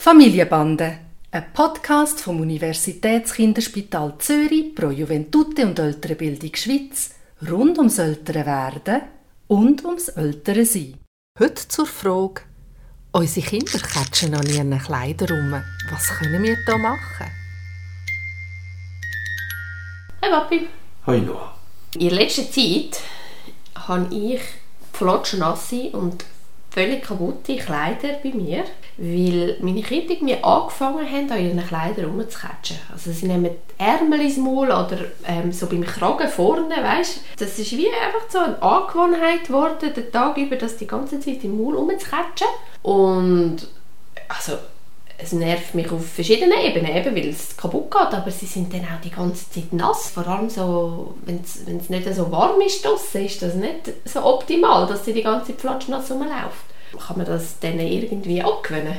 Familienbande, ein Podcast vom Universitätskinderspital Zürich pro Juventute und ältere Bildung Schweiz rund ums ältere Werden und ums ältere Sein. Heute zur Frage: Unsere Kinder catchen an ihren Kleidern rum. Was können wir da machen? Hey Papi. Hoi Noah. In letzter Zeit habe ich flotschnasse und völlig kaputte Kleider bei mir, weil meine Kinder irgendwie angefangen haben, an ihren Kleidern rumzukatschen. Also sie nehmen die Ärmel ins Maul oder so beim Kragen vorne, weißt? Das ist wie einfach so eine Angewohnheit geworden, den Tag über, das die ganze Zeit im Maul rumzukatschen. Und also es nervt mich auf verschiedenen Ebenen, eben weil es kaputt geht, aber sie sind dann auch die ganze Zeit nass. Vor allem so, wenn es nicht so warm ist draussen, ist das nicht so optimal, dass sie die ganze Zeit flatschnass rumläuft. Kann man das dann irgendwie abgewöhnen?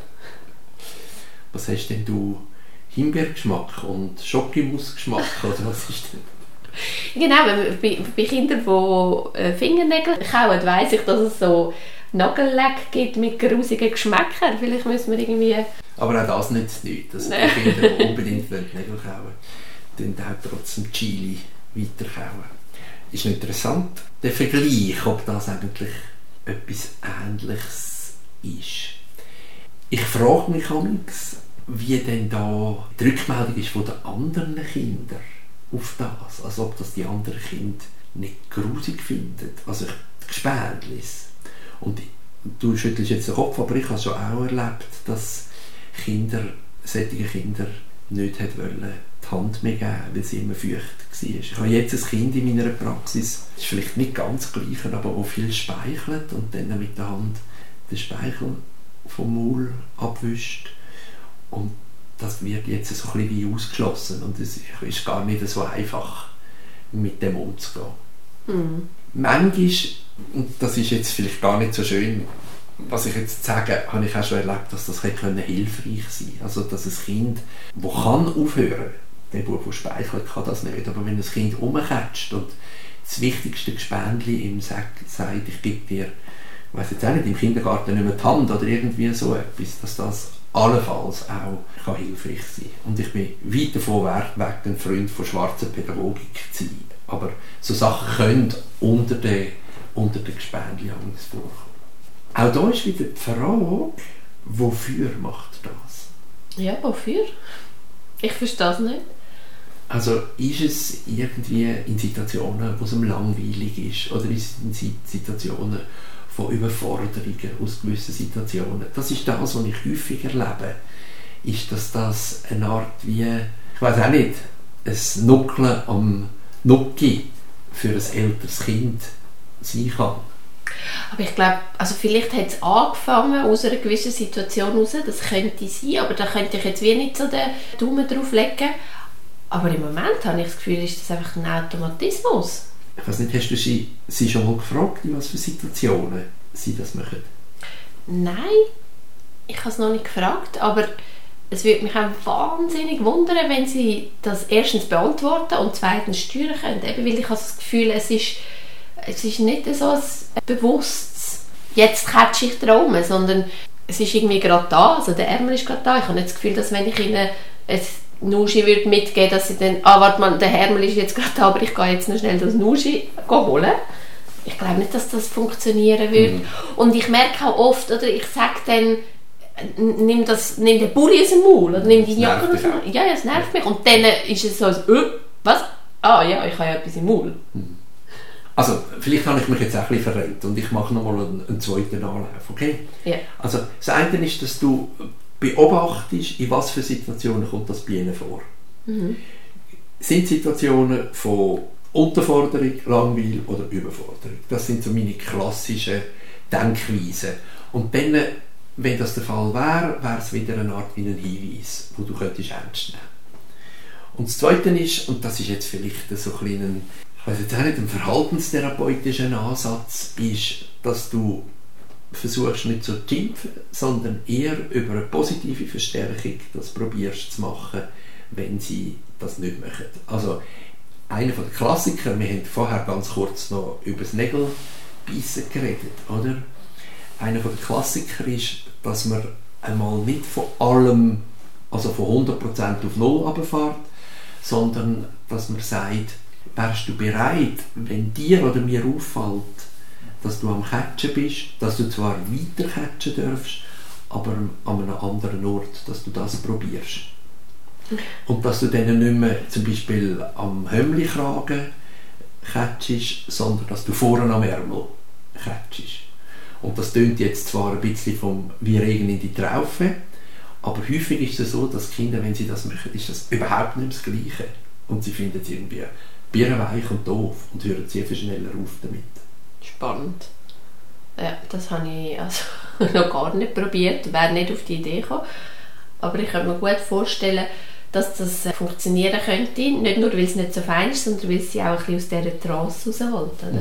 Was hast denn du? Himbeergeschmack und Schokimusgeschmack oder was ist denn? Genau, bei Kindern, die Fingernägel kauen, weiss ich, dass es so Nagellack gibt mit grusigen Geschmäckern. Vielleicht müssen wir irgendwie... Aber auch das nützt nichts. Also die Kinder, die unbedingt Nägel kauen, dann auch trotzdem Chili weiterkauen. Ist noch interessant, der Vergleich, ob das eigentlich etwas Ähnliches ist. Ich frage mich manchmal, wie denn da die Rückmeldung ist von den anderen Kindern auf das. Also ob das die anderen Kinder nicht grusig finden. Also die Gespendlis. Und du schüttelst jetzt den Kopf, aber ich habe schon auch erlebt, dass solche Kinder nicht wollen die Hand mehr geben, weil sie immer feucht war. Ich habe jetzt ein Kind in meiner Praxis, das ist vielleicht nicht ganz gleich, aber auch viel speichelt und dann mit der Hand den Speichel vom Maul abwischt. Und das wird jetzt so ein bisschen wie ausgeschlossen und es ist gar nicht so einfach, mit dem umzugehen. Mhm. Manchmal, und das ist jetzt vielleicht gar nicht so schön, was ich jetzt sage, habe ich auch schon erlebt, dass das hilfreich sein kann. Also, dass ein Kind, das aufhören kann, der Bub, der speichelt, kann das nicht, aber wenn ein Kind rumkatscht und das wichtigste Gespendli ihm sagt, ich gebe dir, ich weiss jetzt auch nicht, im Kindergarten nicht mehr die Hand oder irgendwie so etwas, dass das allenfalls auch kann hilfreich sein kann. Und ich bin weit davon weg, ein Freund von schwarzer Pädagogik zu sein. Aber so Sachen können unter den Gespendli vorkommen. Auch da ist wieder die Frage, wofür macht das? Ja, wofür? Ich verstehe es nicht. Also ist es irgendwie in Situationen, wo es ihm langweilig ist, oder ist es in Situationen von Überforderungen aus gewissen Situationen? Das ist das, was ich häufig erlebe. Ist, dass das eine Art wie, ich weiß auch nicht, ein Nuckeln am Nucki für ein älteres Kind sein kann. Aber ich glaube, also vielleicht hat es angefangen aus einer gewissen Situation heraus, das könnte sein, aber da könnte ich jetzt wie nicht so den Daumen drauf legen. Aber im Moment habe ich das Gefühl, ist das einfach ein Automatismus. Ich weiß nicht, hast du sie schon mal gefragt, in was für Situationen sie das machen? Nein, ich habe es noch nicht gefragt, aber es würde mich auch wahnsinnig wundern, wenn sie das erstens beantworten und zweitens steuern können. Eben, weil ich habe das Gefühl, es ist nicht so ein bewusstes, jetzt catche ich drum, sondern es ist irgendwie gerade da, also der Ärmel ist gerade da. Ich habe nicht das Gefühl, dass wenn ich ihnen ein Nuschi würde mitgeben, dass sie dann, warte mal, der Ärmel ist jetzt gerade da, aber ich gehe jetzt noch schnell das Nuschi holen. Ich glaube nicht, dass das funktionieren würde. Mhm. Und ich merke auch oft, oder ich sage dann, nimm den Bulli aus dem Maul, oder nimm die Jacke aus dem Maul. Ja, es nervt mich. Und dann ist es so, was? Ah ja, ich habe ja etwas im Maul. Mhm. Also, vielleicht habe ich mich jetzt auch ein bisschen verrennt und ich mache nochmal einen zweiten Anlauf, okay? Ja. Also, das eine ist, dass du beobachtest, in was für Situationen kommt das bei ihnen vor. Mhm. Sind Situationen von Unterforderung, Langweil oder Überforderung? Das sind so meine klassischen Denkweisen. Und dann, wenn das der Fall wäre, wäre es wieder eine Art wie ein Hinweis, wo du könntest ernst nehmen. Und das Zweite ist, und das ist jetzt vielleicht so ein kleiner, ich weiss jetzt auch nicht, ein verhaltenstherapeutischen Ansatz, ist, dass du versuchst nicht zu schimpfen, sondern eher über eine positive Verstärkung das probierst zu machen, wenn sie das nicht machen. Also einer der Klassiker, wir haben vorher ganz kurz noch über das Nägelbeissen geredet, oder? Einer der Klassiker ist, dass man einmal nicht von allem, also von 100% auf 0 runterfährt, sondern dass man sagt, wärst du bereit, wenn dir oder mir auffällt, dass du am Catchen bist, dass du zwar weiter catchen darfst, aber an einem anderen Ort, dass du das probierst. Und dass du dann nicht mehr zum Beispiel am Hömmlikragen catchest, sondern dass du vorne am Ärmel catchest. Und das tönt jetzt zwar ein bisschen vom wie Regen in die Traufe, aber häufig ist es so, dass Kinder, wenn sie das machen, ist das überhaupt nicht das Gleiche. Und sie finden es irgendwie birrenweich und doof und hören sehr viel schneller auf damit. Spannend. Ja, das habe ich also noch gar nicht probiert, wäre nicht auf die Idee gekommen. Aber ich könnte mir gut vorstellen, dass das funktionieren könnte. Nicht nur, weil es nicht so fein ist, sondern weil es sie auch ein bisschen aus dieser Trance rausholt. Oder?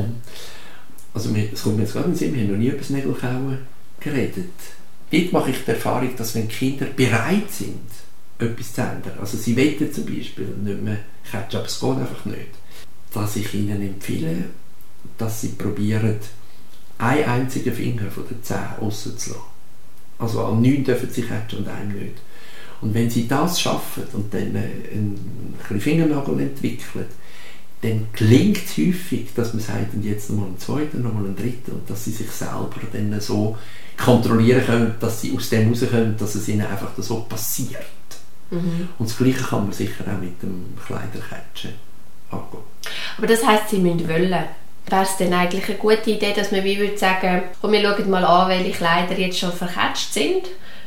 Also es kommt mir jetzt gerade in den Sinn, wir haben noch nie über das Nägelkauen geredet. Dort mache ich die Erfahrung, dass wenn Kinder bereit sind, etwas zu ändern, also sie wollen zum Beispiel nicht mehr catchen, aber es geht einfach nicht, dass ich ihnen empfehle, dass sie probieren, einen einzigen Finger von den 10 rauszulassen. Also an 9 dürfen sie catchen und einem nicht. Und wenn sie das schaffen und dann einen Fingernagel entwickeln, dann gelingt es häufig, dass man sagt, und jetzt nochmal einen zweiten, nochmal einen dritten, und dass sie sich selber dann so kontrollieren können, dass sie aus dem rauskommen, dass es ihnen einfach so passiert. Mhm. Und das Gleiche kann man sicher auch mit dem Kleidercatchen angehen. Aber das heisst, sie müssen wollen. Wäre es denn eigentlich eine gute Idee, dass man wie würde sagen, komm, wir schauen mal an, welche Kleider jetzt schon vercatcht sind,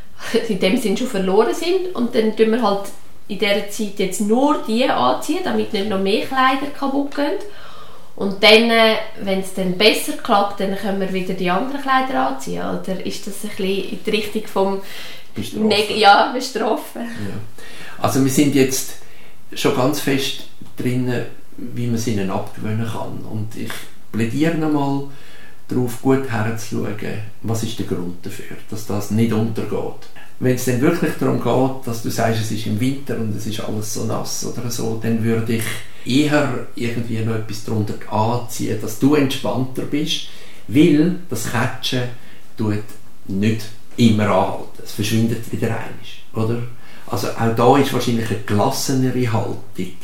in dem Sinn schon verloren sind, und dann tun wir halt in dieser Zeit jetzt nur die anziehen, damit nicht noch mehr Kleider kaputt gehen. Und dann, wenn es dann besser klappt, dann können wir wieder die anderen Kleider anziehen. Oder ist das ein bisschen in die Richtung vom Bestrafen? Ja, bestrafen. Ja. Also wir sind jetzt schon ganz fest drin, wie man es ihnen abgewöhnen kann. Und ich plädiere nochmal darauf, gut herzuschauen, was ist der Grund dafür, dass das nicht untergeht. Wenn es dann wirklich darum geht, dass du sagst, es ist im Winter und es ist alles so nass oder so, dann würde ich eher irgendwie noch etwas darunter anziehen, dass du entspannter bist, weil das Catchen tut nicht immer anhalten. Es verschwindet wieder einmal, oder? Also auch da ist wahrscheinlich eine gelassenere Haltung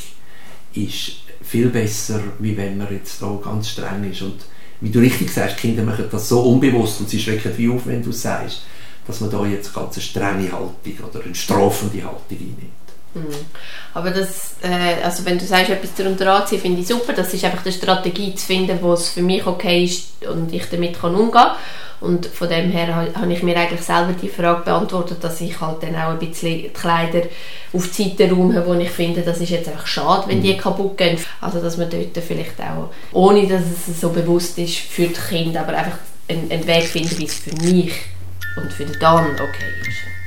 ist viel besser, wie wenn man jetzt da ganz streng ist. Und wie du richtig sagst, Kinder machen das so unbewusst und sie schrecken wie auf, wenn du es sagst, dass man da jetzt ganz eine strenge Haltung oder eine strafende Haltung einnimmt. Mhm. Aber das, also wenn du sagst, etwas darunter anziehen, finde ich super. Das ist einfach eine Strategie zu finden, wo es für mich okay ist und ich damit umgehen kann. Und von dem her habe ich mir eigentlich selber die Frage beantwortet, dass ich halt dann auch ein bisschen die Kleider auf die Seite räume, wo ich finde, das ist jetzt einfach schade, wenn die kaputt gehen. Also dass man dort vielleicht auch, ohne dass es so bewusst ist für die Kinder, aber einfach einen Weg finden, wie es für mich und für den Dan okay ist.